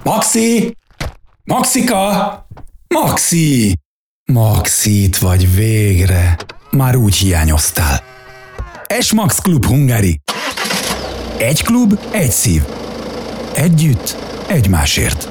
Maxi! Maxika! Maxi! Maxi, itt vagy végre. Már úgy hiányoztál. S-Max Klub Hungary. Egy klub, egy szív. Együtt, egymásért.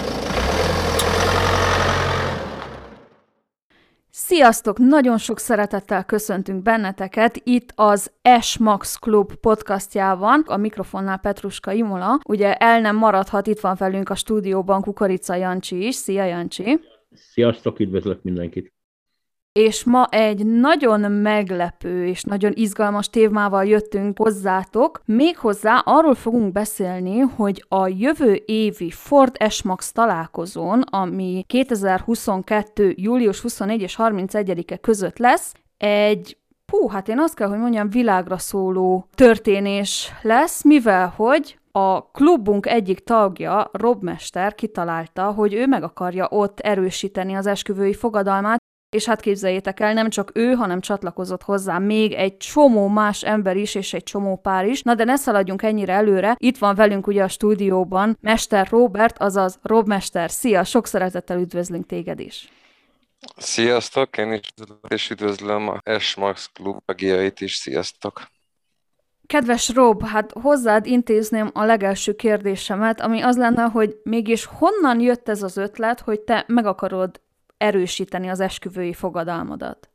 Sziasztok! Nagyon sok szeretettel köszöntünk benneteket itt az S-Max Klub podcastjában. A mikrofonnál Petruska Imola. Ugye el nem maradhat, itt van velünk a stúdióban Kukorica Jancsi is. Szia, Jancsi! Sziasztok, üdvözlök mindenkit! És ma egy nagyon meglepő és nagyon izgalmas témával jöttünk hozzátok. Méghozzá arról fogunk beszélni, hogy a jövő évi Ford S-Max találkozón, ami 2022. július 24 és 31-e között lesz, egy én azt kell, hogy mondjam, világra szóló történés lesz, mivel hogy a klubunk egyik tagja, Rob Mester kitalálta, hogy ő meg akarja ott erősíteni az esküvői fogadalmát, és hát képzeljétek el, nem csak ő, hanem csatlakozott hozzá még egy csomó más ember is, és egy csomó pár is. Na de ne szaladjunk ennyire előre. Itt van velünk ugye a stúdióban Mester Róbert, azaz Rob Mester. Szia, sok szeretettel üdvözlünk téged is. Sziasztok, én is üdvözlöm a S-Max Klub tagjait is, sziasztok! Kedves Rob, hát hozzád intézném a legelső kérdésemet, ami az lenne, hogy mégis honnan jött ez az ötlet, hogy te meg akarod erősíteni az esküvői fogadalmadat?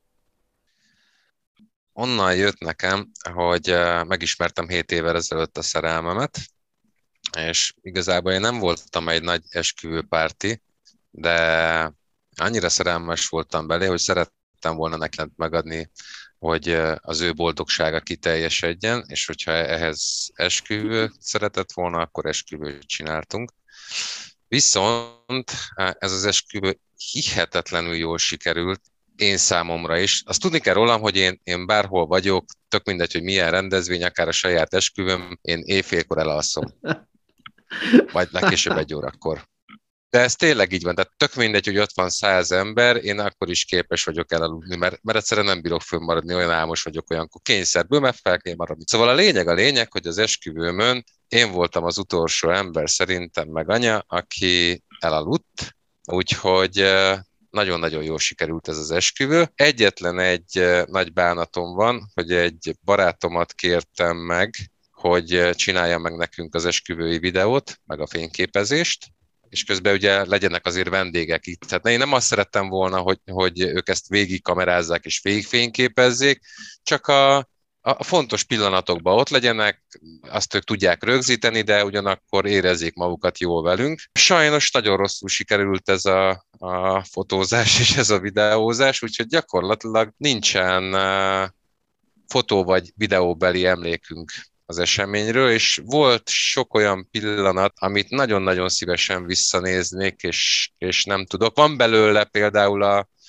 Onnan jött nekem, hogy megismertem 7 évvel ezelőtt a szerelmemet, és igazából én nem voltam egy nagy esküvőpárti, de annyira szerelmes voltam belé, hogy szerettem volna neki megadni, hogy az ő boldogsága kiteljesedjen, és hogyha ehhez esküvő szeretett volna, akkor esküvőt csináltunk. Viszont ez az esküvő hihetetlenül jól sikerült, én számomra is. Azt tudni kell rólam, hogy én bárhol vagyok, tök mindegy, hogy milyen rendezvény, akár a saját esküvőm, én éjfélkor elalszom. Vagy legkésőbb 1 órakor. De ez tényleg így van, tehát tök mindegy, hogy ott van 100 ember, én akkor is képes vagyok elaludni, mert egyszerűen nem bírok fönnmaradni, olyan álmos vagyok olyankor, kényszerből, mert fel kell maradni. Szóval a lényeg, hogy az esküvőmön én voltam az utolsó ember szerintem meg anya, aki elaludt, úgyhogy nagyon-nagyon jól sikerült ez az esküvő. Egyetlen egy nagy bánatom van, hogy egy barátomat kértem meg, hogy csinálja meg nekünk az esküvői videót, meg a fényképezést, és közben ugye legyenek azért vendégek itt. Tehát én nem azt szerettem volna, hogy ők ezt végig kamerázzák és végig fényképezzék, csak a fontos pillanatokban ott legyenek, azt ők tudják rögzíteni, de ugyanakkor érezzék magukat jól velünk. Sajnos nagyon rosszul sikerült ez a fotózás és ez a videózás, úgyhogy gyakorlatilag nincsen fotó vagy videóbeli emlékünk az eseményről, és volt sok olyan pillanat, amit nagyon-nagyon szívesen visszanéznék, és nem tudok. Van belőle például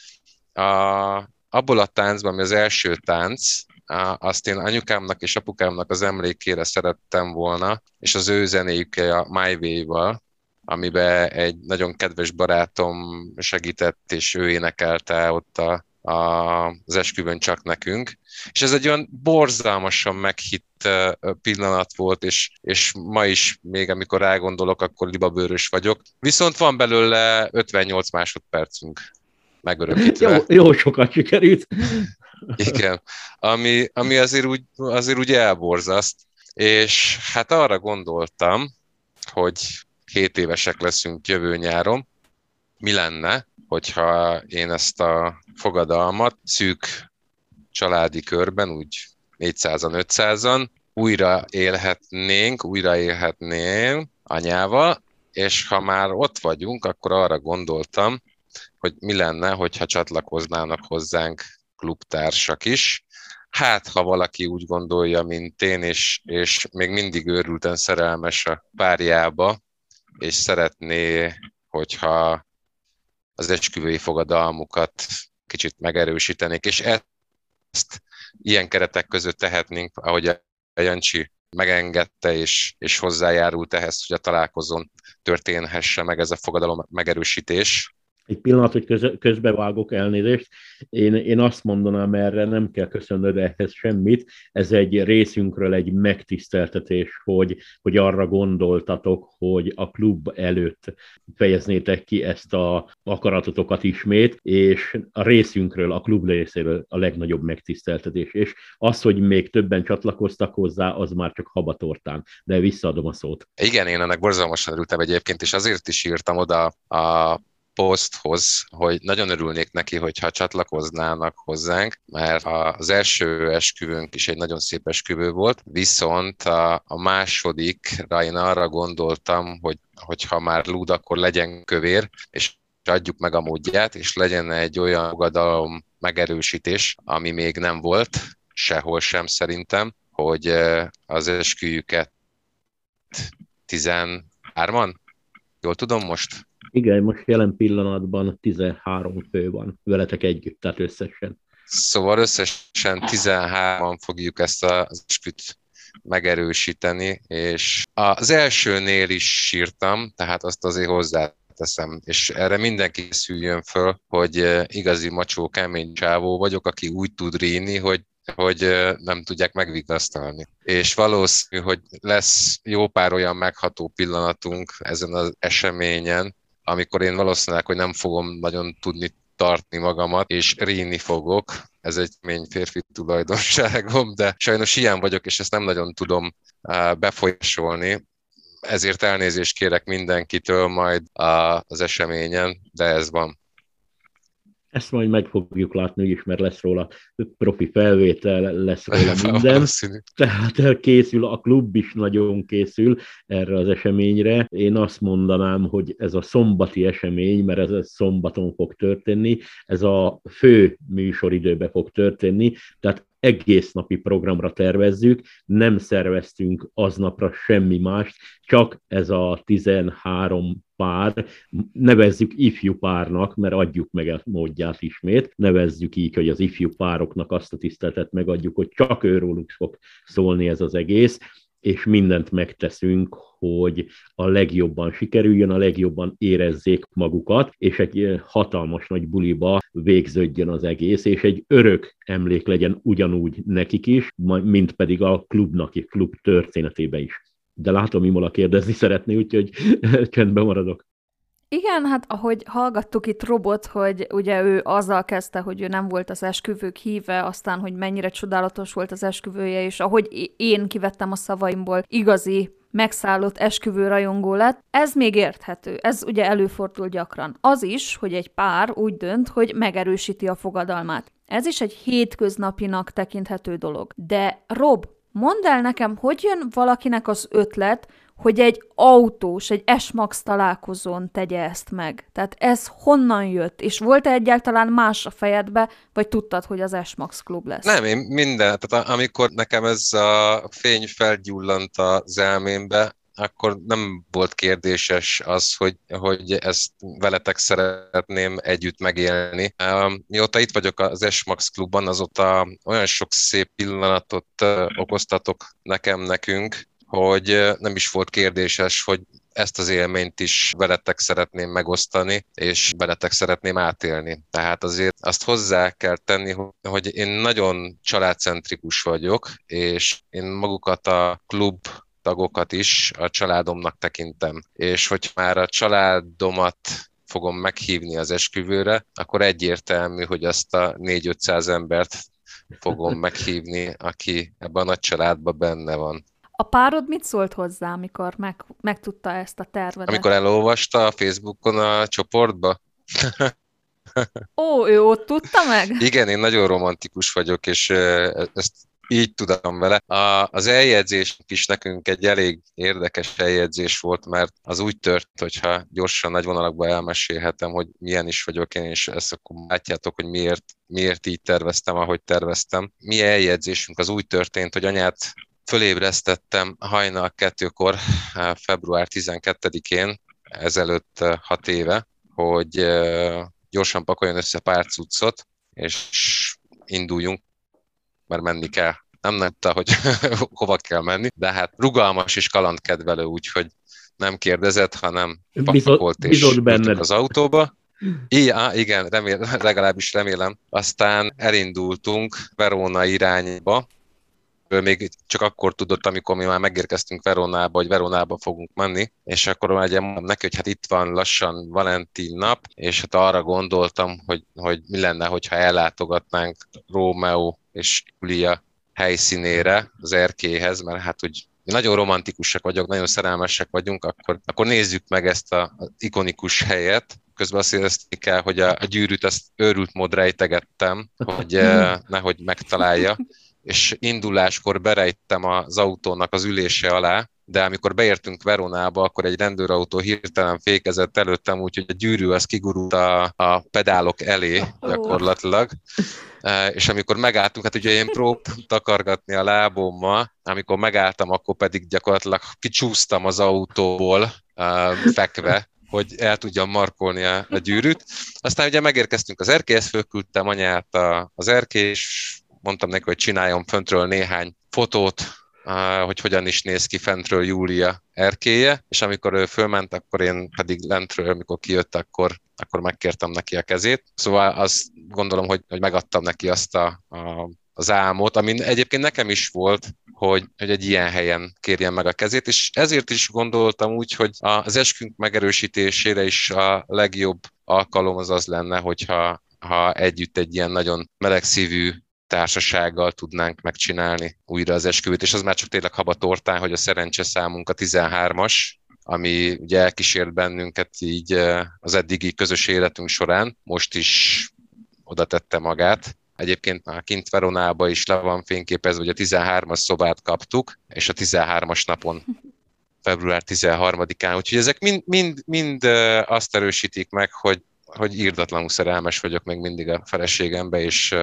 abból a táncban, ami az első tánc, azt én anyukámnak és apukámnak az emlékére szerettem volna, és az ő zenéjükkel, a My Way-val, amiben egy nagyon kedves barátom segített, és ő énekelte ott az esküvőn csak nekünk. És ez egy olyan borzalmasan meghitt pillanat volt, és ma is, még amikor rágondolok, akkor libabőrös vagyok. Viszont van belőle 58 másodpercünk megörökítve. Jó sokat sikerült. Igen, ami azért úgy elborzaszt, és hát arra gondoltam, hogy 7 évesek leszünk jövő nyáron, mi lenne, hogyha én ezt a fogadalmat szűk családi körben, úgy 400-an, 500-an újraélhetném anyával, és ha már ott vagyunk, akkor arra gondoltam, hogy mi lenne, hogyha csatlakoznának hozzánk klubtársak is. Hát, ha valaki úgy gondolja, mint én, és még mindig őrülten szerelmes a párjába, és szeretné, hogyha az esküvői fogadalmukat kicsit megerősítenék, és ezt ilyen keretek között tehetnénk, ahogy a Jancsi megengedte, és hozzájárult ehhez, hogy a találkozón történhesse meg ez a fogadalom megerősítés, Egy pillanat, hogy közbevágok, elnézést. Én azt mondanám erre, nem kell köszönnöd ehhez semmit. Ez egy részünkről egy megtiszteltetés, hogy arra gondoltatok, hogy a klub előtt fejeznétek ki ezt a akaratotokat ismét, és a részünkről, a klub részéről a legnagyobb megtiszteltetés. És az, hogy még többen csatlakoztak hozzá, az már csak habatortán. De visszaadom a szót. Igen, én ennek borzalmasan örültem egyébként, és azért is írtam oda a poszthoz, hogy nagyon örülnék neki, hogyha csatlakoznának hozzánk, mert az első esküvőnk is egy nagyon szép esküvő volt, viszont a másodikra én arra gondoltam, hogy ha már lúd, akkor legyen kövér, és adjuk meg a módját, és legyen egy olyan fogadalom megerősítés, ami még nem volt, sehol sem szerintem, hogy az esküjüket 13-an? Jól tudom most? Igen, most jelen pillanatban 13 fő van veletek együtt, tehát összesen. Szóval összesen 13-an fogjuk ezt az esküt megerősíteni, és az elsőnél is sírtam, tehát azt azért hozzáteszem, és erre mindenki szüljön föl, hogy igazi macsó, kemény csávó vagyok, aki úgy tud ríni, hogy nem tudják megvigasztalni. És valószínű, hogy lesz jó pár olyan megható pillanatunk ezen az eseményen, amikor én valószínűleg, hogy nem fogom nagyon tudni tartni magamat, és ríni fogok. Ez egy mély férfi tulajdonságom, de sajnos ilyen vagyok, és ezt nem nagyon tudom befolyásolni. Ezért elnézést kérek mindenkitől majd az eseményen, de ez van. Ezt majd meg fogjuk látni is, mert lesz róla profi felvétel, lesz róla minden. Tehát készül, a klub is nagyon készül erre az eseményre. Én azt mondanám, hogy ez a szombati esemény, mert ez szombaton fog történni, ez a fő műsoridőben fog történni, tehát egész napi programra tervezzük, nem szerveztünk aznapra semmi mást, csak ez a 13 pár, nevezzük ifjú párnak, mert adjuk meg a módját ismét, nevezzük így, hogy az ifjú pároknak azt a tiszteletet megadjuk, hogy csak őróluk fog szólni ez az egész, és mindent megteszünk, hogy a legjobban sikerüljön, a legjobban érezzék magukat, és egy hatalmas nagy buliba végződjön az egész, és egy örök emlék legyen ugyanúgy nekik is, mint pedig a klubnak, a klub történetébe is. De látom, Imola kérdezni szeretné, úgyhogy csendben maradok. Igen, hát ahogy hallgattuk itt Robot, hogy ugye ő azzal kezdte, hogy ő nem volt az esküvők híve, aztán, hogy mennyire csodálatos volt az esküvője, és ahogy én kivettem a szavaimból, igazi megszállott esküvő rajongó lett, ez még érthető. Ez ugye előfordul gyakran. Az is, hogy egy pár úgy dönt, hogy megerősíti a fogadalmát. Ez is egy hétköznapinak tekinthető dolog. De Rob, mondd el nekem, hogy jön valakinek az ötlet, hogy egy autós, egy S-Max találkozón tegye ezt meg. Tehát ez honnan jött? És volt-e egyáltalán más a fejedbe, vagy tudtad, hogy az S-Max klub lesz? Nem, én minden. Tehát amikor nekem ez a fény felgyullant az elmémbe, akkor nem volt kérdéses az, hogy ezt veletek szeretném együtt megélni. Mióta itt vagyok az S-Max klubban, azóta olyan sok szép pillanatot okoztatok nekünk, hogy nem is volt kérdéses, hogy ezt az élményt is veletek szeretném megosztani, és veletek szeretném átélni. Tehát azért azt hozzá kell tenni, hogy én nagyon családcentrikus vagyok, és én magukat a klub tagokat is a családomnak tekintem. És hogy már a családomat fogom meghívni az esküvőre, akkor egyértelmű, hogy azt a 400-500 embert fogom meghívni, aki ebben a nagy családban benne van. A párod mit szólt hozzá, amikor megtudta ezt a tervedet? Amikor elolvasta a Facebookon a csoportba? Ó, ő ott tudta meg? Igen, én nagyon romantikus vagyok, és ezt így tudom vele. Az eljegyzés is nekünk egy elég érdekes eljegyzés volt, mert az úgy tört, hogyha gyorsan nagy vonalakban elmesélhetem, hogy milyen is vagyok én, és ezt akkor látjátok, hogy miért így terveztem, ahogy terveztem. Mi eljegyzésünk az úgy történt, hogy anyát fölébresztettem hajnal 2-kor, február 12-én, ezelőtt 6 éve, hogy gyorsan pakoljon össze pár cuccot, és induljunk, mert menni kell. Nem tudta, hogy hova kell menni, de hát rugalmas és kalandkedvelő, úgyhogy nem kérdezett, hanem pakolt és ültünk az autóba. Igen, legalábbis remélem. Aztán elindultunk Verona irányba. Ő még csak akkor tudott, amikor mi már megérkeztünk Veronába, hogy Veronába fogunk menni, és akkor ugye mondom neki, hogy hát itt van lassan Valentin nap, és hát arra gondoltam, hogy mi lenne, hogyha ellátogatnánk Rómeó és Júlia helyszínére, az erkélyhez, mert hát úgy nagyon romantikusak vagyok, nagyon szerelmesek vagyunk, akkor nézzük meg ezt az ikonikus helyet. Közben azt érezni kell, hogy a gyűrűt azt őrült módra ejtegettem, hogy nehogy megtalálja, és induláskor berejtem az autónak az ülése alá, de amikor beértünk Veronába, akkor egy rendőrautó hirtelen fékezett előttem, úgyhogy a gyűrű az kigurult a pedálok elé gyakorlatilag. És amikor megálltunk, hát ugye én próbáltam takargatni a lábommal, amikor megálltam, akkor pedig gyakorlatilag kicsúsztam az autóból fekve, hogy el tudjam markolni a gyűrűt. Aztán ugye megérkeztünk az erkélyhez, fölküldtem anyát az erkély, és mondtam neki, hogy csináljon föntről néhány fotót, hogy hogyan is néz ki fentről Júlia erkélye, és amikor ő fölment, akkor én pedig lentről, amikor kijött, akkor megkértem neki a kezét. Szóval azt gondolom, hogy megadtam neki azt az álmot, ami egyébként nekem is volt, hogy egy ilyen helyen kérjem meg a kezét, és ezért is gondoltam úgy, hogy az eskünk megerősítésére is a legjobb alkalom az lenne, hogyha együtt egy ilyen nagyon melegszívű társasággal tudnánk megcsinálni újra az esküvőt, és az már csak tényleg habatortán, hogy a szerencse számunk a 13-as, ami ugye elkísért bennünket így az eddigi közös életünk során, most is oda tette magát. Egyébként már kint Veronába is le van fényképezve, hogy a 13-as szobát kaptuk, és a 13-as napon, február 13-án, úgyhogy ezek mind azt erősítik meg, hogy irdatlanul szerelmes vagyok még mindig a feleségembe,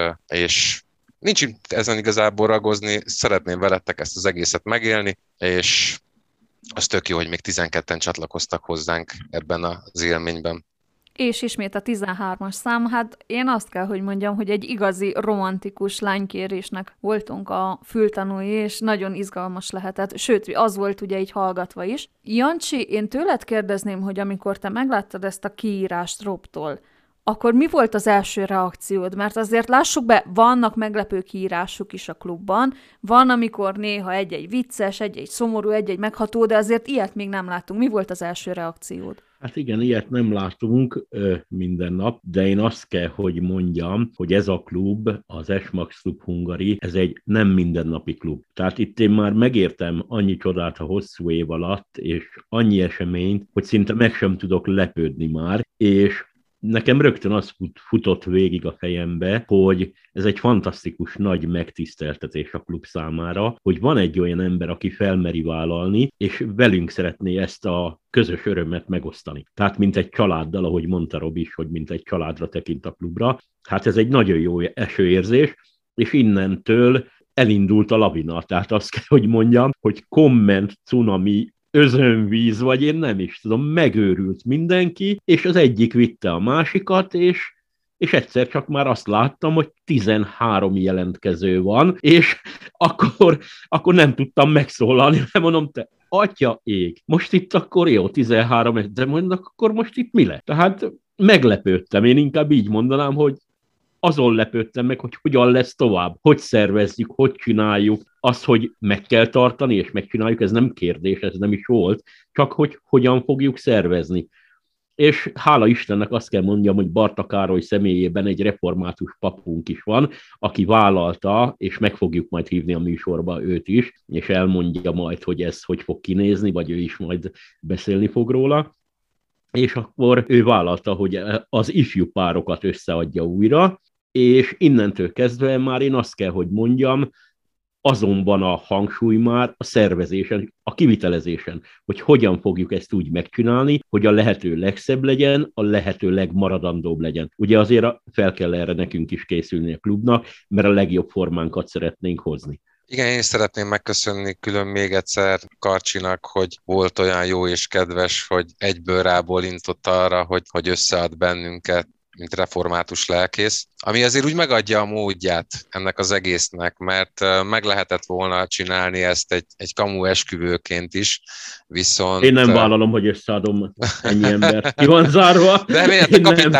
és nincs ezen igazából ragozni, szeretném veletek ezt az egészet megélni, és az tök jó, hogy még 12-en csatlakoztak hozzánk ebben az élményben. És ismét a 13-as szám, hát én azt kell, hogy mondjam, hogy egy igazi romantikus lánykérésnek voltunk a fültanúi, és nagyon izgalmas lehetett, sőt, az volt ugye így hallgatva is. Jancsi, én tőled kérdezném, hogy amikor te megláttad ezt a kiírást Robtól, akkor mi volt az első reakciód? Mert azért lássuk be, vannak meglepő kiírásuk is a klubban, van, amikor néha egy-egy vicces, egy-egy szomorú, egy-egy megható, de azért ilyet még nem láttunk. Mi volt az első reakciód? Hát igen, ilyet nem látunk minden nap, de én azt kell, hogy mondjam, hogy ez a klub, az S-Max Klub Hungary, ez egy nem mindennapi klub. Tehát itt én már megértem annyi csodát a hosszú év alatt, és annyi eseményt, hogy szinte meg sem tudok lepődni már, és nekem rögtön az futott végig a fejembe, hogy ez egy fantasztikus nagy megtiszteltetés a klub számára, hogy van egy olyan ember, aki felmeri vállalni, és velünk szeretné ezt a közös örömet megosztani. Tehát mint egy családdal, ahogy mondta Rob is, hogy mint egy családra tekint a klubra. Hát ez egy nagyon jó esőérzés, és innentől elindult a lavina. Tehát azt kell, hogy mondjam, hogy komment, cunami, özönvíz, vagy én nem is tudom, megőrült mindenki, és az egyik vitte a másikat, és egyszer csak már azt láttam, hogy 13 jelentkező van, és akkor nem tudtam megszólalni, mert mondom, te atya ég, most itt akkor jó, 13, de mondjuk akkor most itt mi lett? Tehát meglepődtem, én inkább így mondanám, hogy azon lepődtem meg, hogy hogyan lesz tovább, hogy szervezzük, hogy csináljuk. Az, hogy meg kell tartani, és megcsináljuk, ez nem kérdés, ez nem is volt, csak hogy hogyan fogjuk szervezni. És hála Istennek azt kell mondjam, hogy Barta Károly személyében egy református papunk is van, aki vállalta, és meg fogjuk majd hívni a műsorba őt is, és elmondja majd, hogy ez hogy fog kinézni, vagy ő is majd beszélni fog róla. És akkor ő vállalta, hogy az ifjú párokat összeadja újra, és innentől kezdve már én azt kell, hogy mondjam, azon van a hangsúly már a szervezésen, a kivitelezésen, hogy hogyan fogjuk ezt úgy megcsinálni, hogy a lehető legszebb legyen, a lehető legmaradandóbb legyen. Ugye azért fel kell erre nekünk is készülni a klubnak, mert a legjobb formánkat szeretnénk hozni. Igen, én szeretném megköszönni külön még egyszer Karcsinak, hogy volt olyan jó és kedves, hogy egyből rábólintott arra, hogy összead bennünket mint református lelkész, ami azért úgy megadja a módját ennek az egésznek, mert meg lehetett volna csinálni ezt egy kamu esküvőként is, viszont... Én nem vállalom, hogy összeadom ennyi embert. Ki van zárva? De miért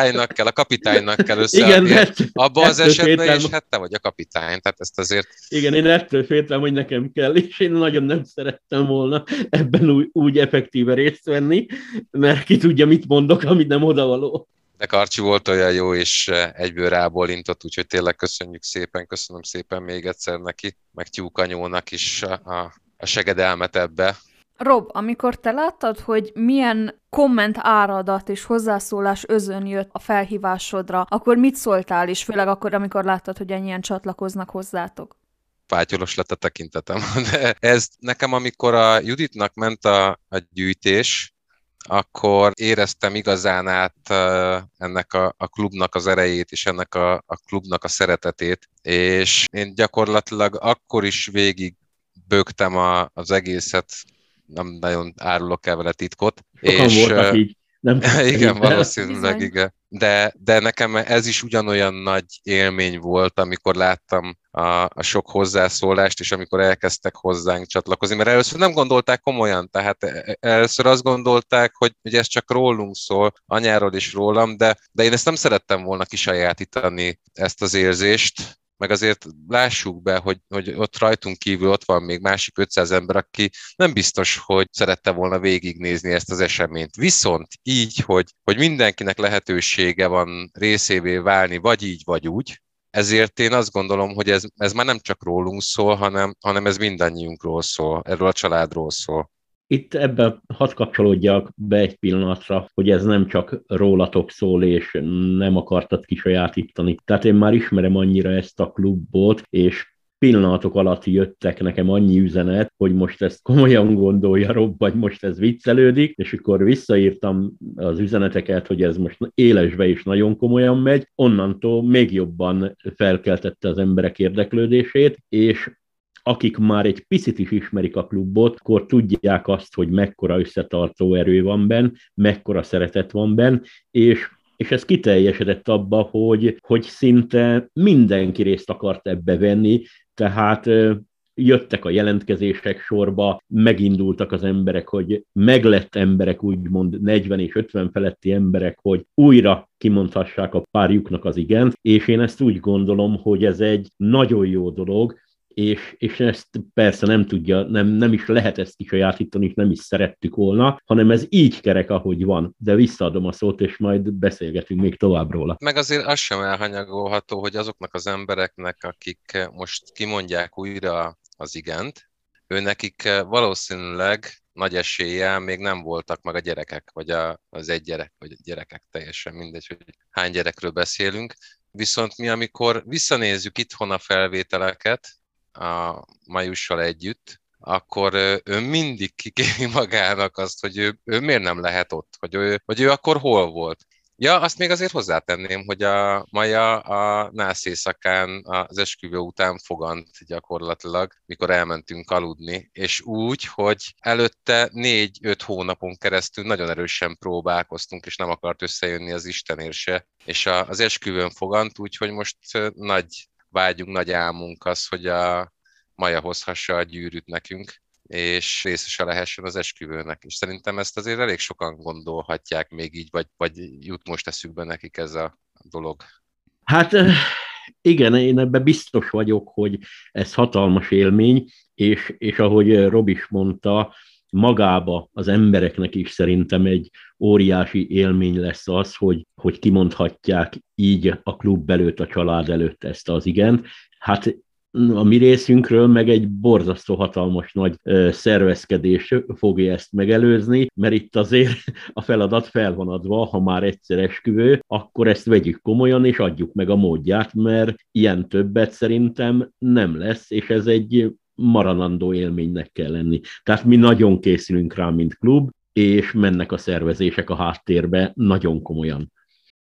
a kapitánynak kell összeadni. Igen, abban az esetben is hát te vagy a kapitány, tehát ezt azért... Igen, én ettől féltem, hogy nekem kell, és én nagyon nem szerettem volna ebben úgy effektíve részt venni, mert ki tudja, mit mondok, amit nem odavaló. De Karcsi volt olyan jó, és egyből rábólintott, úgyhogy tényleg köszönjük szépen, köszönöm szépen még egyszer neki, meg Tyúk anyónak is a segedelmet ebbe. Rob, amikor te láttad, hogy milyen komment áradat és hozzászólás özön jött a felhívásodra, akkor mit szóltál is, főleg akkor, amikor láttad, hogy ennyien csatlakoznak hozzátok? Fátyolos lett a tekintetem. De ez nekem, amikor a Juditnak ment a gyűjtés, akkor éreztem igazán át ennek a klubnak az erejét, és ennek a klubnak a szeretetét, és én gyakorlatilag akkor is végig bögtem az egészet, nem nagyon árulok el vele titkot. Sokan és voltak így. Nem igen, valószínűleg igen. De nekem ez is ugyanolyan nagy élmény volt, amikor láttam a sok hozzászólást, és amikor elkezdtek hozzánk csatlakozni, mert először nem gondolták komolyan, tehát először azt gondolták, hogy ez csak rólunk szól, anyáról is rólam, de én ezt nem szerettem volna kisajátítani, ezt az érzést, meg azért lássuk be, hogy ott rajtunk kívül ott van még másik 500 ember, aki nem biztos, hogy szerette volna végignézni ezt az eseményt. Viszont így, hogy mindenkinek lehetősége van részévé válni, vagy így, vagy úgy, ezért én azt gondolom, hogy ez már nem csak rólunk szól, hanem ez mindannyiunkról szól, erről a családról szól. Itt ebben hadd kapcsolódjak be egy pillanatra, hogy ez nem csak rólatok szól, és nem akartad kisajátítani. Tehát én már ismerem annyira ezt a klubot, és pillanatok alatt jöttek nekem annyi üzenet, hogy most ezt komolyan gondolja Rob, vagy most ez viccelődik, és akkor visszaírtam az üzeneteket, hogy ez most élesbe is nagyon komolyan megy, onnantól még jobban felkeltette az emberek érdeklődését, és akik már egy picit is ismerik a klubot, akkor tudják azt, hogy mekkora összetartó erő van benn, mekkora szeretet van benn, és ez kiteljesedett abba, hogy szinte mindenki részt akart ebbe venni, tehát jöttek a jelentkezések sorba, megindultak az emberek, hogy meglett emberek, úgymond 40 és 50 feletti emberek, hogy újra kimondhassák a párjuknak az igent, és én ezt úgy gondolom, hogy ez egy nagyon jó dolog, és ezt persze nem is lehet ezt kisajátítani, és nem is szerettük volna, hanem ez így kerek, ahogy van. De visszaadom a szót, és majd beszélgetünk még tovább róla. Meg azért az sem elhanyagolható, hogy azoknak az embereknek, akik most kimondják újra az igent, őnekik valószínűleg nagy eséllyel még nem voltak meg a gyerekek, vagy az egy gyerek, vagy a gyerekek, teljesen mindegy, hogy hány gyerekről beszélünk. Viszont mi, amikor visszanézzük itthon a felvételeket, a Majussal együtt, akkor ő mindig kikéri magának azt, hogy ő miért nem lehet ott, hogy ő akkor hol volt. Ja, azt még azért hozzátenném, hogy a Maja a nász éjszakán az esküvő után fogant gyakorlatilag, mikor elmentünk aludni, és úgy, hogy előtte 4-5 hónapon keresztül nagyon erősen próbálkoztunk, és nem akart összejönni az Istenért se, és az esküvőn fogant, úgyhogy most nagy vágyunk, nagy álmunk az, hogy a Maja hozhassa a gyűrűt nekünk, és részese lehessen az esküvőnek. És szerintem ezt azért elég sokan gondolhatják még így, vagy jut most eszükbe nekik ez a dolog. Hát igen, én ebben biztos vagyok, hogy ez hatalmas élmény, és ahogy Rob is mondta, magába az embereknek is szerintem egy óriási élmény lesz az, hogy kimondhatják így a klub előtt, a család előtt ezt az igent. Hát a mi részünkről meg egy borzasztó hatalmas nagy szervezkedés fogja ezt megelőzni, mert itt azért a feladat fel van adva, ha már egyszer esküvő, akkor ezt vegyük komolyan, és adjuk meg a módját, mert ilyen többet szerintem nem lesz, és ez egy maradandó élménynek kell lenni. Tehát mi nagyon készülünk rá, mint klub, és mennek a szervezések a háttérbe nagyon komolyan.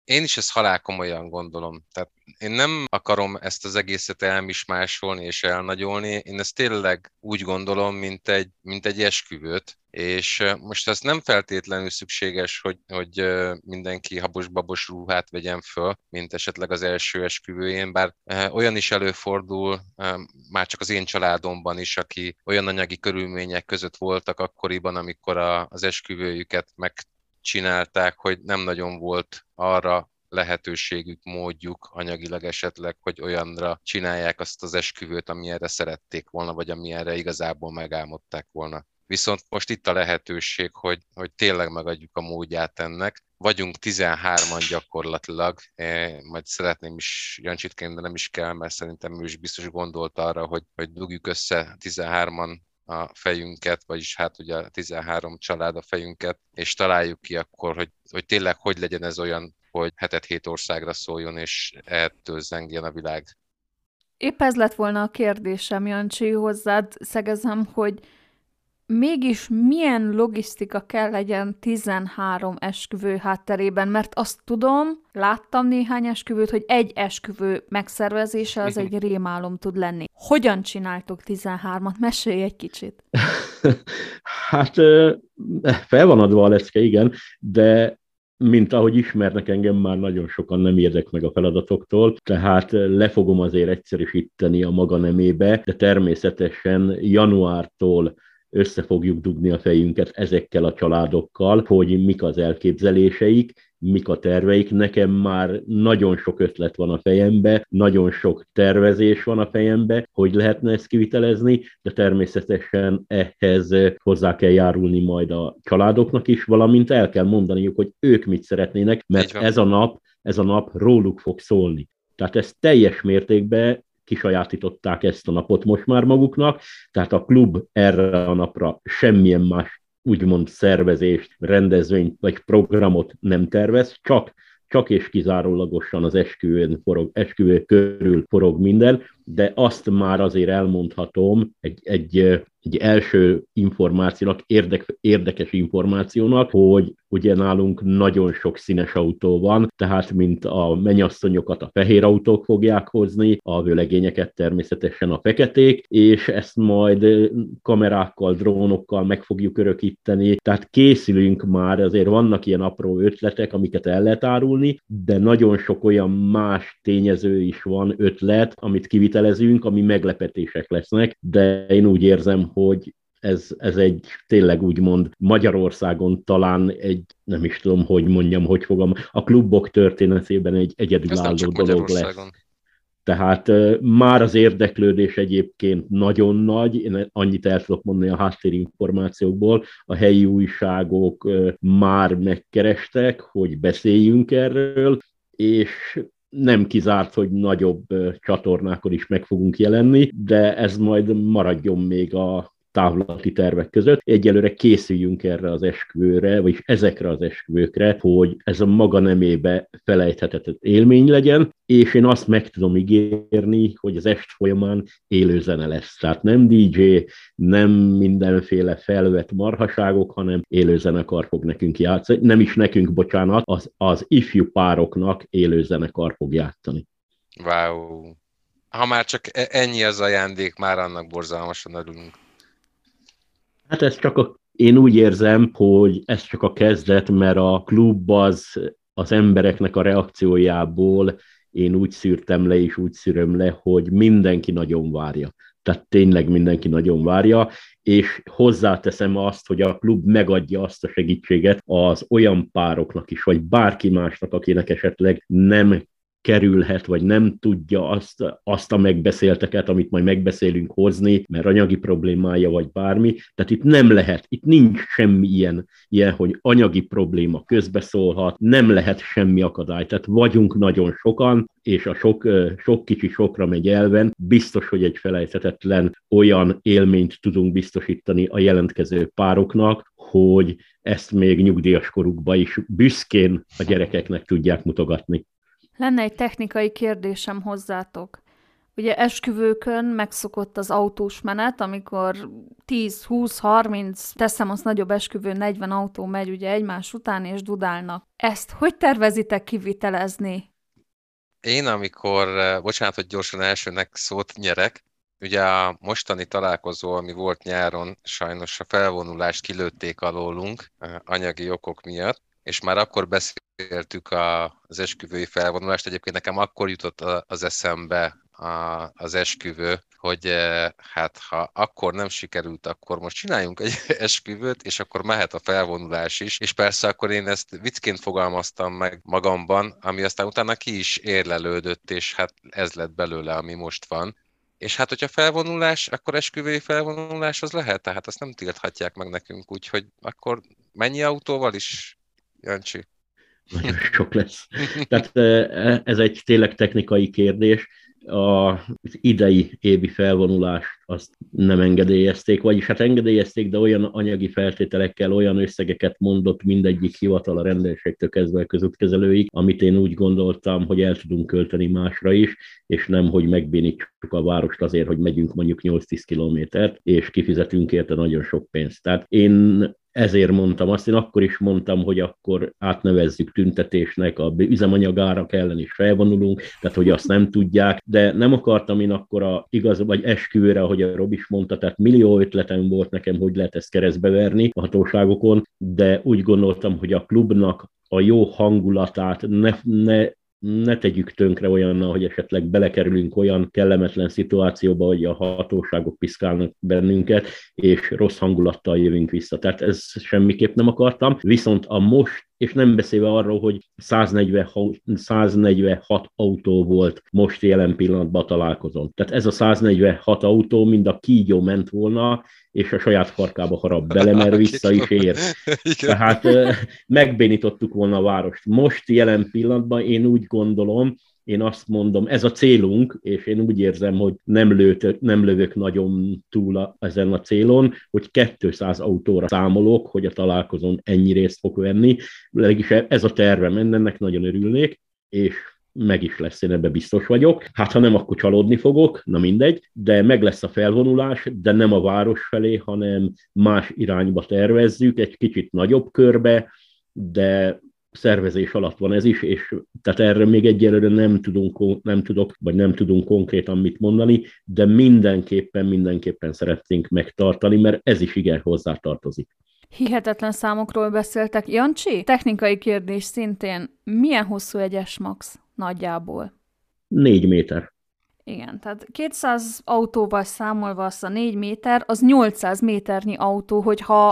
Én is ezt halálkomolyan gondolom. Tehát én nem akarom ezt az egészet elmismásolni és elnagyolni. Én ezt tényleg úgy gondolom, mint egy esküvőt. És most ez nem feltétlenül szükséges, hogy mindenki habos-babos ruhát vegyen föl, mint esetleg az első esküvőjén, bár olyan is előfordul, már csak az én családomban is, aki olyan anyagi körülmények között voltak akkoriban, amikor az esküvőjüket megcsinálták, hogy nem nagyon volt arra lehetőségük, módjuk anyagilag esetleg, hogy olyanra csinálják azt az esküvőt, amilyenre szerették volna, vagy amilyenre igazából megálmodták volna. Viszont most itt a lehetőség, hogy tényleg megadjuk a módját ennek. Vagyunk 13-an gyakorlatilag, majd szeretném is Jancsit kérni, de nem is kell, mert szerintem ő is biztos gondolt arra, hogy dugjuk össze 13-an a fejünket, vagyis hát ugye 13 család a fejünket, és találjuk ki akkor, hogy tényleg hogy legyen ez olyan, hogy 7 országra szóljon, és ettől zengjen a világ. Épp ez lett volna a kérdésem, Jancsi, hozzád szegezem, hogy mégis milyen logisztika kell legyen 13 esküvő hátterében, mert azt tudom, láttam néhány esküvőt, hogy egy esküvő megszervezése az egy rémálom tud lenni. Hogyan csináltok 13-at? Mesélj egy kicsit. Hát fel van adva a lecke, igen, de mint ahogy ismernek engem, már nagyon sokan nem érdek meg a feladatoktól, tehát le fogom azért egyszerűsíteni a maga nemébe, de természetesen januártól össze fogjuk dugni a fejünket ezekkel a családokkal, hogy mik az elképzeléseik, mik a terveik. Nekem már nagyon sok ötlet van a fejembe, nagyon sok tervezés van a fejembe, hogy lehetne ezt kivitelezni, de természetesen ehhez hozzá kell járulni majd a családoknak is, valamint el kell mondaniuk, hogy ők mit szeretnének, mert ez a nap róluk fog szólni. Tehát ezt teljes mértékben kisajátították ezt a napot most már maguknak, tehát a klub erre a napra semmilyen más úgymond szervezést, rendezvényt vagy programot nem tervez, csak és kizárólagosan az esküvő körül forog minden, de azt már azért elmondhatom egy első információnak, érdekes információnak, hogy ugye nálunk nagyon sok színes autó van, tehát mint a mennyasszonyokat a fehér autók fogják hozni, a vőlegényeket természetesen a feketék, és ezt majd kamerákkal, drónokkal meg fogjuk örökíteni, tehát készülünk már, azért vannak ilyen apró ötletek, amiket el lehet árulni, de nagyon sok olyan más tényező is van, ötlet, amit kivitelezünk, ami meglepetések lesznek, de én úgy érzem, hogy ez egy tényleg úgymond Magyarországon talán egy, nem is tudom, hogy mondjam, hogy fogom, a klubok történetében egy egyedülálló dolog lesz. Tehát már az érdeklődés egyébként nagyon nagy, én annyit el tudok mondani a háttérinformációkból, a helyi újságok már megkerestek, hogy beszéljünk erről, és nem kizárt, hogy nagyobb csatornákon is meg fogunk jelenni, de ez majd maradjon még a távlati tervek között. Egyelőre készüljünk erre az esküvőre, vagyis ezekre az esküvőkre, hogy ez a maga nemébe felejthetetlen élmény legyen, és én azt meg tudom ígérni, hogy az est folyamán élő zene lesz. Tehát nem DJ, nem mindenféle felvett marhaságok, hanem élő zenekar fog nekünk játszani. Nem is nekünk, bocsánat, az ifjú pároknak élő zenekar fog játszani. Wow! Ha már csak ennyi az ajándék, már annak borzalmasan örülünk. Hát én úgy érzem, hogy ez csak a kezdet, mert a klub az embereknek a reakciójából én úgy szűrtem le, és úgy szűröm le, hogy mindenki nagyon várja. Tehát tényleg mindenki nagyon várja, és hozzáteszem azt, hogy a klub megadja azt a segítséget az olyan pároknak is, vagy bárki másnak, akinek esetleg nem kerülhet, vagy nem tudja azt a megbeszélteket, amit majd megbeszélünk hozni, mert anyagi problémája, vagy bármi. Tehát itt nem lehet, itt nincs semmi ilyen, hogy anyagi probléma közbeszólhat, nem lehet semmi akadály. Tehát vagyunk nagyon sokan, és a sok kicsi sokra megy elven. Biztos, hogy egy felejthetetlen olyan élményt tudunk biztosítani a jelentkező pároknak, hogy ezt még nyugdíjas korukban is büszkén a gyerekeknek tudják mutogatni. Lenne egy technikai kérdésem hozzátok. Ugye esküvőkön megszokott az autós menet, amikor 10, 20, 30, teszem azt nagyobb esküvőn 40 autó megy ugye egymás után és dudálnak. Ezt hogy tervezitek kivitelezni? Én amikor, bocsánat, hogy gyorsan elsőnek szót nyerek, ugye a mostani találkozó, ami volt nyáron, sajnos a felvonulást kilőtték alólunk anyagi okok miatt, és már akkor beszéltük az esküvői felvonulást. Egyébként nekem akkor jutott az eszembe az esküvő, hogy hát ha akkor nem sikerült, akkor most csináljunk egy esküvőt, és akkor mehet a felvonulás is. És persze akkor én ezt viccként fogalmaztam meg magamban, ami aztán utána ki is érlelődött, és hát ez lett belőle, ami most van. És hát, hogyha felvonulás, akkor esküvői felvonulás az lehet, tehát azt nem tilthatják meg nekünk, úgyhogy akkor mennyi autóval is, Jancsi? Nagyon sok lesz. Tehát ez egy tényleg technikai kérdés. Az idei évi felvonulást azt nem engedélyezték, vagyis hát engedélyezték, de olyan anyagi feltételekkel, olyan összegeket mondott mindegyik hivatal a rendőrségtől kezdve a közútkezelőig, amit én úgy gondoltam, hogy el tudunk költeni másra is, és nem, hogy megbénítsuk a várost azért, hogy megyünk mondjuk 8-10 kilométert, és kifizetünk érte nagyon sok pénzt. Tehát én ezért mondtam azt, én akkor is mondtam, hogy akkor átnevezzük tüntetésnek, a üzemanyagárak ellen is felvonulunk, tehát hogy azt nem tudják, de nem akartam én akkor vagy esküvőre, ahogy a Rob is mondta, tehát millió ötletem volt nekem, hogy lehet ezt keresztbe verni a hatóságokon, de úgy gondoltam, hogy a klubnak a jó hangulatát ne tegyük tönkre olyannal, hogy esetleg belekerülünk olyan kellemetlen szituációba, hogy a hatóságok piszkálnak bennünket, és rossz hangulattal jövünk vissza. Tehát ezt semmiképp nem akartam. Viszont és nem beszélve arról, hogy 146 autó volt most jelen pillanatban találkozón. Tehát ez a 146 autó mind a kígyó ment volna, és a saját farkába harap bele, mert vissza is ér. Tehát megbénítottuk volna a várost. Most jelen pillanatban én úgy gondolom, én azt mondom, ez a célunk, és én úgy érzem, hogy nem lövök nagyon túl ezen a célon, hogy 200 autóra számolok, hogy a találkozón ennyi részt fog venni. Legalábbis ez a tervem, ennek nagyon örülnék, és meg is lesz, én ebben biztos vagyok. Hát ha nem, akkor csalódni fogok, na mindegy, de meg lesz a felvonulás, de nem a város felé, hanem más irányba tervezzük, egy kicsit nagyobb körbe, de szervezés alatt van ez is, és tehát erre még egyelőre nem tudunk konkrétan mit mondani, de mindenképpen szeretnénk megtartani, mert ez is igen hozzátartozik. Hihetetlen számokról beszéltek. Jancsi, technikai kérdés szintén, milyen hosszú egy S-Max nagyjából? 4 méter. Igen, tehát 200 autóval számolva azt a 4 méter, az 800 méternyi autó, hogyha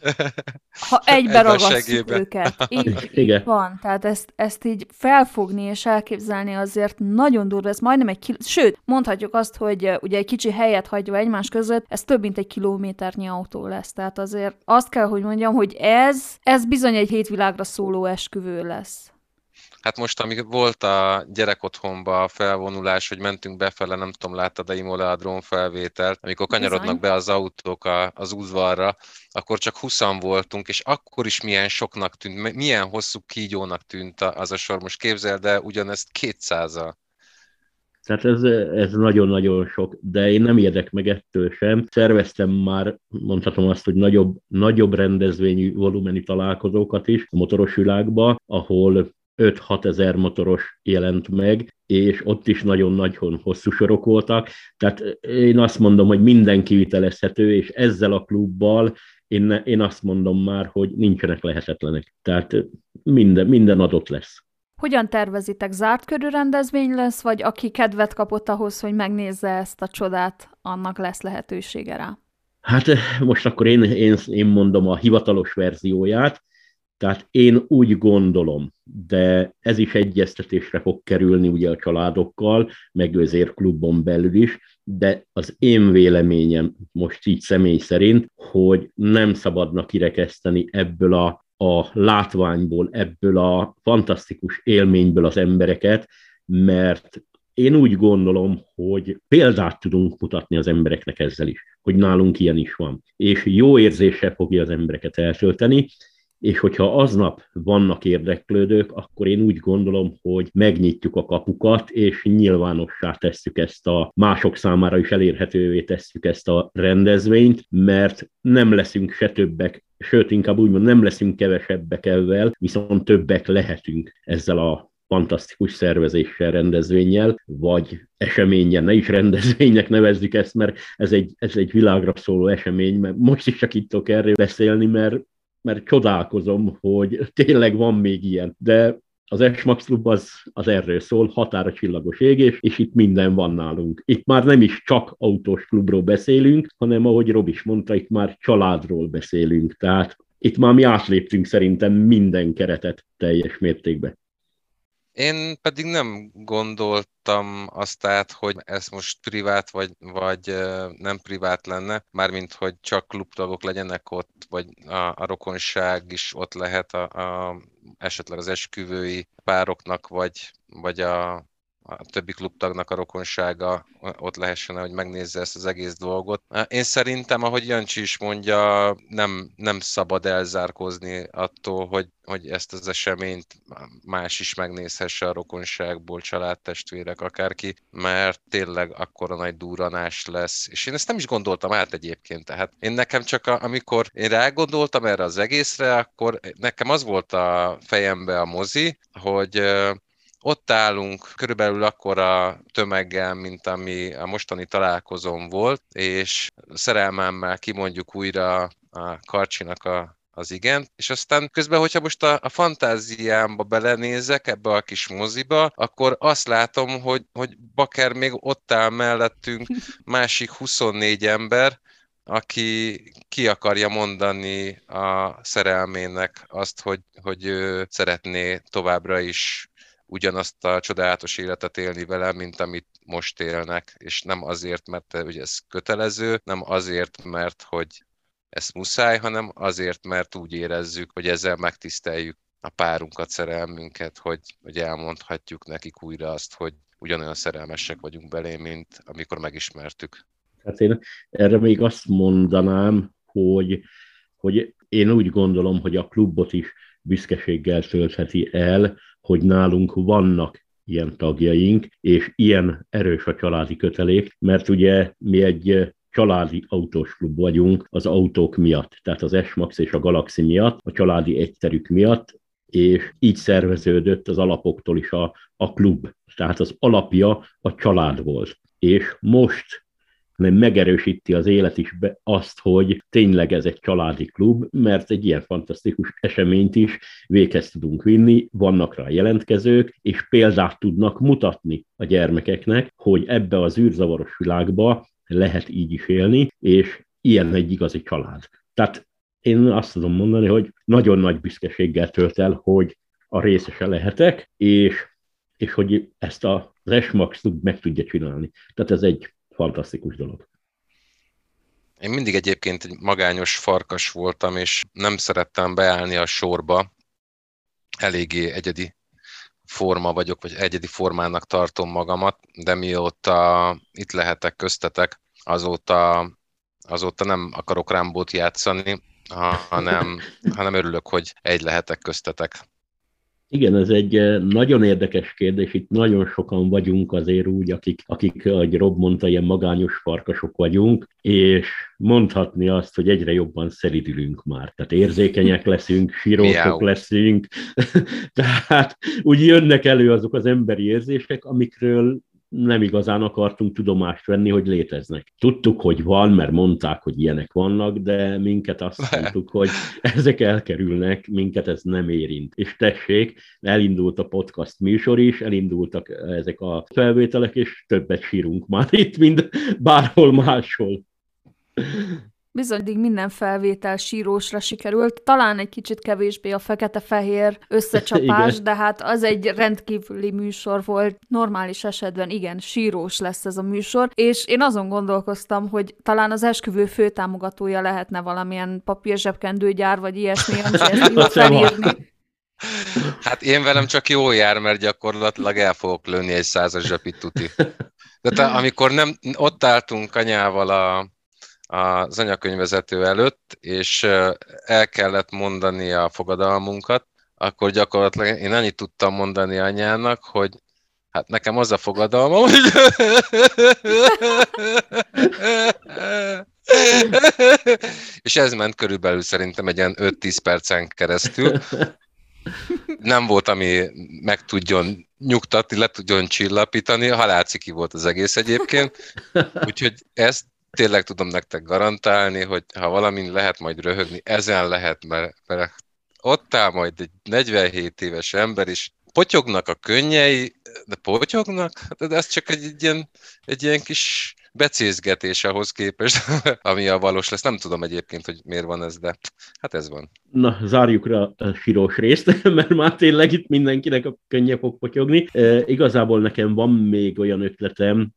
egybe ragasztjuk őket. Így van, tehát ezt így felfogni és elképzelni azért nagyon durva, ez majdnem sőt, mondhatjuk azt, hogy ugye egy kicsi helyet hagyva egymás között, ez több mint 1 kilométernyi autó lesz, tehát azért azt kell, hogy mondjam, hogy ez bizony egy hétvilágra szóló esküvő lesz. Hát most, amíg volt a gyerekotthonba a felvonulás, hogy mentünk befele, nem tudom, láttad-e Imola a drónfelvételt, amikor kanyarodnak be az autók az udvarra, akkor csak 20-an voltunk, és akkor is milyen soknak tűnt, milyen hosszú kígyónak tűnt az a sor. Most képzeld el ugyanezt 200-al. Tehát ez nagyon-nagyon sok, de én nem ijedek meg ettől sem. Szerveztem már, mondhatom azt, hogy nagyobb rendezvényű volumenű találkozókat is a motoros világba, ahol 5-6 ezer motoros jelent meg, és ott is nagyon hosszú sorok voltak. Tehát én azt mondom, hogy minden kivitelezhető, és ezzel a klubbal én azt mondom már, hogy nincsenek lehetetlenek. Tehát minden adott lesz. Hogyan tervezitek? Zárt körű rendezvény lesz, vagy aki kedvet kapott ahhoz, hogy megnézze ezt a csodát, annak lesz lehetősége rá? Hát most akkor én mondom a hivatalos verzióját. Tehát én úgy gondolom, de ez is egyeztetésre fog kerülni ugye a családokkal, meg azért klubon belül is, de az én véleményem most így személy szerint, hogy nem szabadna kirekeszteni ebből a látványból, ebből a fantasztikus élményből az embereket, mert én úgy gondolom, hogy példát tudunk mutatni az embereknek ezzel is, hogy nálunk ilyen is van. És jó érzéssel fogja az embereket eltölteni, és hogyha aznap vannak érdeklődők, akkor én úgy gondolom, hogy megnyitjuk a kapukat, és nyilvánossá tesszük ezt a mások számára is elérhetővé tesszük ezt a rendezvényt, mert nem leszünk se többek, sőt, inkább úgymond nem leszünk kevesebbek ezzel, viszont többek lehetünk ezzel a fantasztikus szervezéssel, rendezvénnyel, vagy eseményen, ne is rendezvénynek nevezzük ezt, mert ez egy világra szóló esemény, mert most is csak itt tudok erről beszélni, mert csodálkozom, hogy tényleg van még ilyen. De az S-Max Klub az erről szól, határa csillagos égés, és itt minden van nálunk. Itt már nem is csak autós klubról beszélünk, hanem ahogy Rob is mondta, itt már családról beszélünk. Tehát itt már mi átléptünk szerintem minden keretet teljes mértékben. Én pedig nem gondoltam azt át, hogy ez most privát vagy nem privát lenne, mármint, hogy csak klubtagok legyenek ott, vagy a rokonság is ott lehet, esetleg az esküvői pároknak, vagy a többi klubtagnak a rokonsága ott lehessen, hogy megnézze ezt az egész dolgot. Én szerintem, ahogy Jancsi is mondja, nem szabad elzárkózni attól, hogy ezt az eseményt más is megnézhesse a rokonságból, családtestvérek, akárki, mert tényleg akkora nagy durranás lesz. És én ezt nem is gondoltam át egyébként. Tehát én nekem csak, amikor én rágondoltam erre az egészre, akkor nekem az volt a fejembe a mozi, hogy ott állunk körülbelül akkora tömeggel, mint ami a mostani találkozón volt, és szerelmemmel kimondjuk újra a Karcsinak az igent, és aztán közben, hogyha most a fantáziámba belenézek ebbe a kis moziba, akkor azt látom, hogy bakker még ott áll mellettünk másik 24 ember, aki ki akarja mondani a szerelmének azt, hogy ő szeretné továbbra is ugyanazt a csodálatos életet élni vele, mint amit most élnek, és nem azért, mert ugye ez kötelező, nem azért, mert hogy ez muszáj, hanem azért, mert úgy érezzük, hogy ezzel megtiszteljük a párunkat, szerelmünket, hogy elmondhatjuk nekik újra azt, hogy ugyanolyan szerelmesek vagyunk belé, mint amikor megismertük. Hát én erre még azt mondanám, hogy én úgy gondolom, hogy a klubot is büszkeséggel töltheti el, hogy nálunk vannak ilyen tagjaink, és ilyen erős a családi kötelék, mert ugye mi egy családi autós klub vagyunk az autók miatt, tehát az S-Max és a Galaxy miatt, a családi egyterük miatt, és így szerveződött az alapoktól is a klub. Tehát az alapja a család volt. És most hanem megerősíti az élet is azt, hogy tényleg ez egy családi klub, mert egy ilyen fantasztikus eseményt is véghez tudunk vinni, vannak rá jelentkezők, és példát tudnak mutatni a gyermekeknek, hogy ebbe az űrzavaros világba lehet így is élni, és ilyen egy igazi család. Tehát én azt tudom mondani, hogy nagyon nagy büszkeséggel tölt el, hogy a részese lehetek, és hogy ezt az S-Max meg tudja csinálni. Tehát ez egy fantasztikus dolog. Én mindig egyébként egy magányos farkas voltam, és nem szerettem beállni a sorba. Eléggé egyedi forma vagyok, vagy egyedi formának tartom magamat, de mióta itt lehetek köztetek, azóta nem akarok Rambót játszani, hanem örülök, hogy egy lehetek köztetek. Igen, ez egy nagyon érdekes kérdés, itt nagyon sokan vagyunk azért úgy, akik ahogy Rob mondta, ilyen magányos farkasok vagyunk, és mondhatni azt, hogy egyre jobban szelidülünk már. Tehát érzékenyek leszünk, sírósok leszünk, tehát úgy jönnek elő azok az emberi érzések, amikről nem igazán akartunk tudomást venni, hogy léteznek. Tudtuk, hogy van, mert mondták, hogy ilyenek vannak, de minket azt mondtuk, hogy ezek elkerülnek, minket ez nem érint. És tessék, elindult a podcast műsor is, elindultak ezek a felvételek, és többet sírunk már itt, mint bárhol máshol. Bizony, minden felvétel sírósra sikerült, talán egy kicsit kevésbé a fekete-fehér összecsapás, igen. De hát az egy rendkívüli műsor volt. Normális esetben igen, sírós lesz ez a műsor, és én azon gondolkoztam, hogy talán az esküvő főtámogatója lehetne valamilyen papírzsebkendőgyár, vagy ilyesmi, ezt jól felírni. Hát én velem csak jól jár, mert gyakorlatilag el fogok lőni egy 100-as zsepit tuti. De amikor nem, ott álltunk anyával az anyakönyvvezető előtt, és el kellett mondani a fogadalmunkat, akkor gyakorlatilag én annyit tudtam mondani anyának, hogy hát nekem az a fogadalmam, hogy... És ez ment körülbelül szerintem egy ilyen 5-10 percen keresztül. Nem volt, ami meg tudjon nyugtatni, le tudjon csillapítani, halálciki volt az egész egyébként. Úgyhogy ezt tényleg tudom nektek garantálni, hogy ha valamin lehet majd röhögni, ezen lehet, mert ott áll majd egy 47 éves ember is, potyognak a könnyei, de potyognak? De ez csak egy ilyen kis becézgetés ahhoz képest, ami a valós lesz. Nem tudom egyébként, hogy miért van ez, de hát ez van. Na, zárjuk rá a sírós részt, mert már tényleg itt mindenkinek a könnye fog potyogni. Igazából nekem van még olyan ötletem,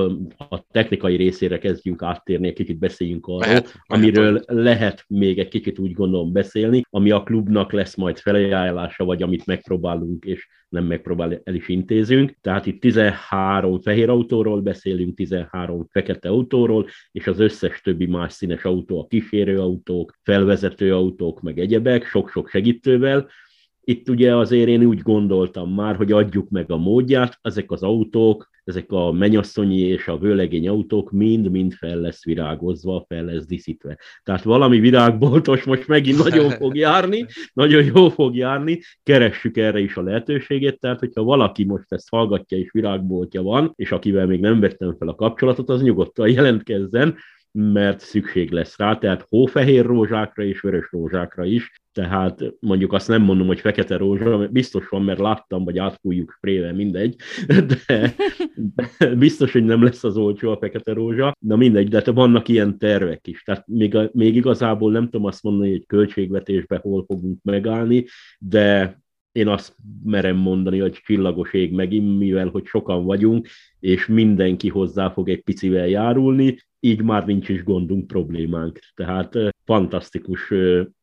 a technikai részére kezdjünk áttérni, egy kicsit beszéljünk arról, amiről lehet még egy kicsit úgy gondolom beszélni, ami a klubnak lesz majd felajánlása, vagy amit megpróbálunk, és nem megpróbál, el is intézünk. Tehát itt 13 fehér autóról beszélünk, 13 fekete autóról, és az összes többi más színes autó, a kísérőautók, felvezető autók, meg egyebek, sok-sok segítővel. Itt ugye azért én úgy gondoltam már, hogy adjuk meg a módját, ezek az autók, ezek a mennyasszonyi és a vőlegény autók mind fel lesz virágozva, fel lesz díszítve. Tehát valami virágboltos most megint nagyon fog járni, nagyon jó fog járni, keressük erre is a lehetőséget, tehát hogyha valaki most ezt hallgatja és virágboltja van, és akivel még nem vettem fel a kapcsolatot, az nyugodtan jelentkezzen, mert szükség lesz rá, tehát hófehér rózsákra és vörös rózsákra is, tehát mondjuk azt nem mondom, hogy fekete rózsa, biztos van, mert láttam, vagy átfújjuk sprével, mindegy, de biztos, hogy nem lesz az olcsó a fekete rózsa, de mindegy, de vannak ilyen tervek is, tehát még igazából nem tudom azt mondani, hogy költségvetésben hol fogunk megállni, de én azt merem mondani, hogy csillagos ég megint, mivel hogy sokan vagyunk, és mindenki hozzá fog egy picivel járulni, így már nincs is gondunk, problémánk. Tehát fantasztikus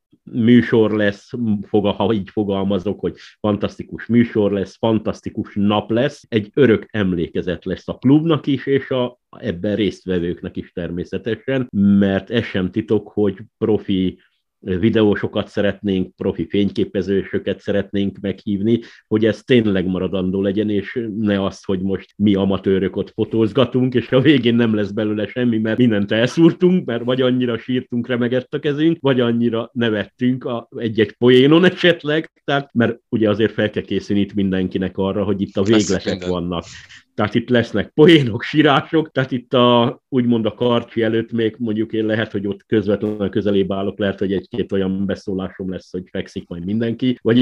műsor lesz, ha így fogalmazok, hogy fantasztikus műsor lesz, fantasztikus nap lesz, egy örök emlékezet lesz a klubnak is, és ebben résztvevőknek is természetesen, mert ez sem titok, hogy profi videósokat szeretnénk, profi fényképezősöket szeretnénk meghívni, hogy ez tényleg maradandó legyen, és ne az, hogy most mi amatőrök ott fotózgatunk, és a végén nem lesz belőle semmi, mert mindent elszúrtunk, mert vagy annyira sírtunk, remegett a kezünk, vagy annyira nevettünk egy-egy poénon esetleg, tehát, mert ugye azért fel kell készülni itt mindenkinek arra, hogy itt a végletek vannak. Tehát itt lesznek poénok, sírások, tehát itt úgymond a karcsi előtt még mondjuk én lehet, hogy ott közvetlenül közelébb állok, lehet, hogy egy-két olyan beszólásom lesz, hogy fekszik majd mindenki, vagy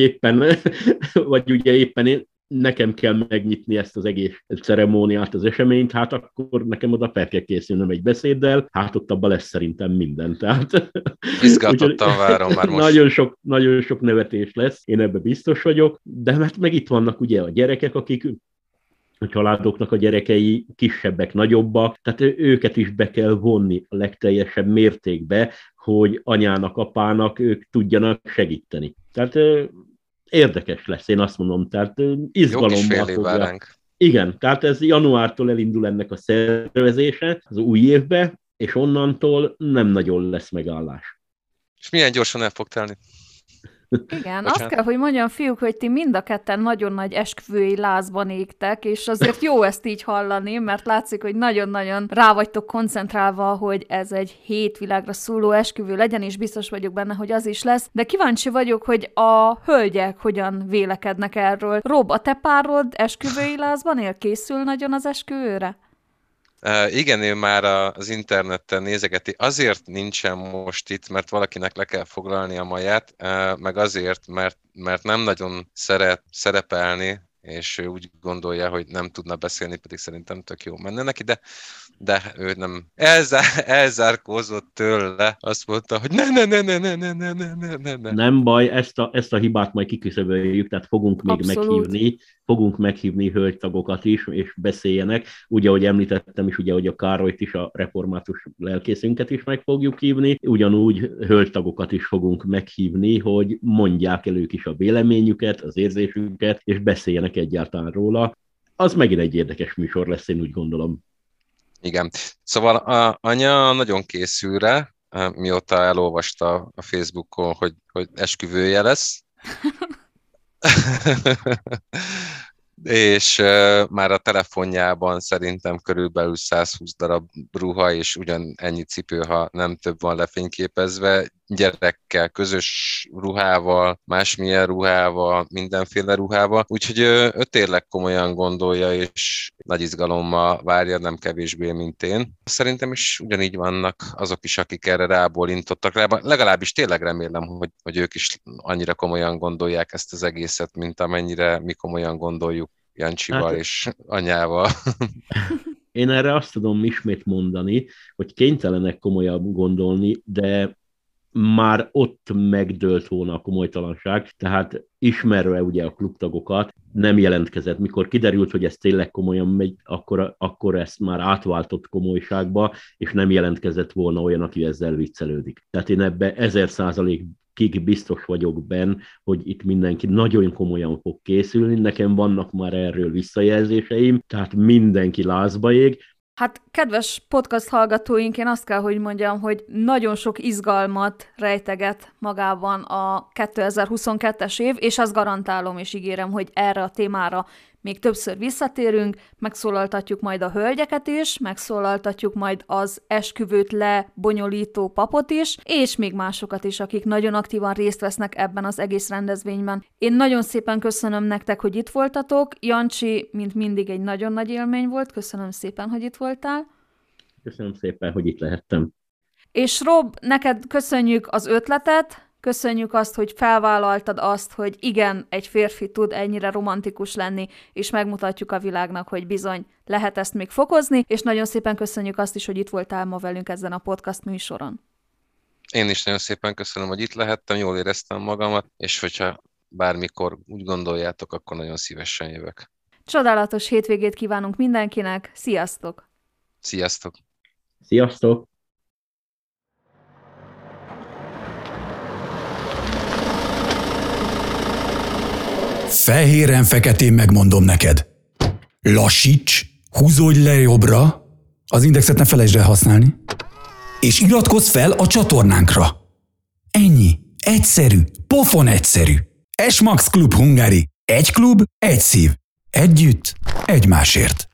éppen nekem kell megnyitni ezt az egész ceremóniát, az eseményt, hát akkor nekem oda fel kell készülnöm egy beszéddel, hát ott abban lesz szerintem minden. Tehát izgatottan várom már most. Nagyon sok nevetés lesz, én ebben biztos vagyok, de mert meg itt vannak ugye a gyerekek, akik a családoknak a gyerekei kisebbek, nagyobbak, tehát őket is be kell vonni a legteljesebb mértékbe, hogy anyának, apának ők tudjanak segíteni. Tehát érdekes lesz, én azt mondom, tehát izgalommal fogja. Igen, tehát ez januártól elindul ennek a szervezése az új évbe, és onnantól nem nagyon lesz megállás. És milyen gyorsan el fog telni? Igen, bocsánat. Azt kell, hogy mondjam, fiúk, hogy ti mind a ketten nagyon nagy esküvői lázban égtek, és azért jó ezt így hallani, mert látszik, hogy nagyon-nagyon rá vagytok koncentrálva, hogy ez egy 7 világra szóló esküvő legyen, és biztos vagyok benne, hogy az is lesz. De kíváncsi vagyok, hogy a hölgyek hogyan vélekednek erről. Rob, a te párod esküvői lázban él? Készül nagyon az esküvőre? Igen, ő már az interneten nézegeti. Azért nincsen most itt, mert valakinek le kell foglalni a maját, meg azért, mert nem nagyon szeret szerepelni, és ő úgy gondolja, hogy nem tudna beszélni, pedig szerintem tök jó menne neki, de ő nem elzárkózott tőle, azt mondta, hogy ne. Nem baj, ezt a hibát majd kiküszöböljük, tehát fogunk még meghívni hölgytagokat is, és beszéljenek. Ugye, ahogy említettem is, ugye, hogy a Károlyt is, a református lelkészünket is meg fogjuk hívni, ugyanúgy hölgytagokat is fogunk meghívni, hogy mondják el ők is a véleményüket, az érzésüket, és beszéljenek egyáltalán róla. Az megint egy érdekes műsor lesz, én úgy gondolom. Igen. Szóval anya nagyon készül rá, mióta elolvasta a Facebookon, hogy esküvője lesz. És már a telefonjában szerintem körülbelül 120 darab ruha, és ugyan ennyi cipő, ha nem több van lefényképezve, gyerekkel, közös ruhával, másmilyen ruhával, mindenféle ruhával. Úgyhogy ő tényleg komolyan gondolja, és nagy izgalommal várja, nem kevésbé, mint én. Szerintem is ugyanígy vannak azok is, akik erre rábólintottak. Legalábbis tényleg remélem, hogy ők is annyira komolyan gondolják ezt az egészet, mint amennyire mi komolyan gondoljuk Jancsival és anyával. Én erre azt tudom ismét mondani, hogy kénytelenek komolyan gondolni, de már ott megdőlt volna a komolytalanság, tehát ismerve ugye a klubtagokat, nem jelentkezett. Mikor kiderült, hogy ez tényleg komolyan megy, akkor ezt már átváltott komolyságba, és nem jelentkezett volna olyan, aki ezzel viccelődik. Tehát én ebbe 1000%-ig biztos vagyok benne, hogy itt mindenki nagyon komolyan fog készülni. Nekem vannak már erről visszajelzéseim, tehát mindenki lázba ég. Hát, kedves podcast hallgatóink, én azt kell, hogy mondjam, hogy nagyon sok izgalmat rejteget magában a 2022-es év, és azt garantálom és ígérem, hogy erre a témára még többször visszatérünk, megszólaltatjuk majd a hölgyeket is, megszólaltatjuk majd az esküvőt lebonyolító papot is, és még másokat is, akik nagyon aktívan részt vesznek ebben az egész rendezvényben. Én nagyon szépen köszönöm nektek, hogy itt voltatok. Jancsi, mint mindig, egy nagyon nagy élmény volt. Köszönöm szépen, hogy itt voltál. Köszönöm szépen, hogy itt lehettem. És Rob, neked köszönjük az ötletet, köszönjük azt, hogy felvállaltad azt, hogy igen, egy férfi tud ennyire romantikus lenni, és megmutatjuk a világnak, hogy bizony lehet ezt még fokozni, és nagyon szépen köszönjük azt is, hogy itt voltál ma velünk ezen a podcast műsoron. Én is nagyon szépen köszönöm, hogy itt lehettem, jól éreztem magamat, és hogyha bármikor úgy gondoljátok, akkor nagyon szívesen jövök. Csodálatos hétvégét kívánunk mindenkinek, sziasztok! Sziasztok! Sziasztok! Fehéren-feketén megmondom neked. Lassíts, húzódj le jobbra, az indexet ne felejtsd el használni, és iratkozz fel a csatornánkra. Ennyi. Egyszerű. Pofon egyszerű. S-Max Klub Hungary. Egy klub, egy szív. Együtt, egymásért.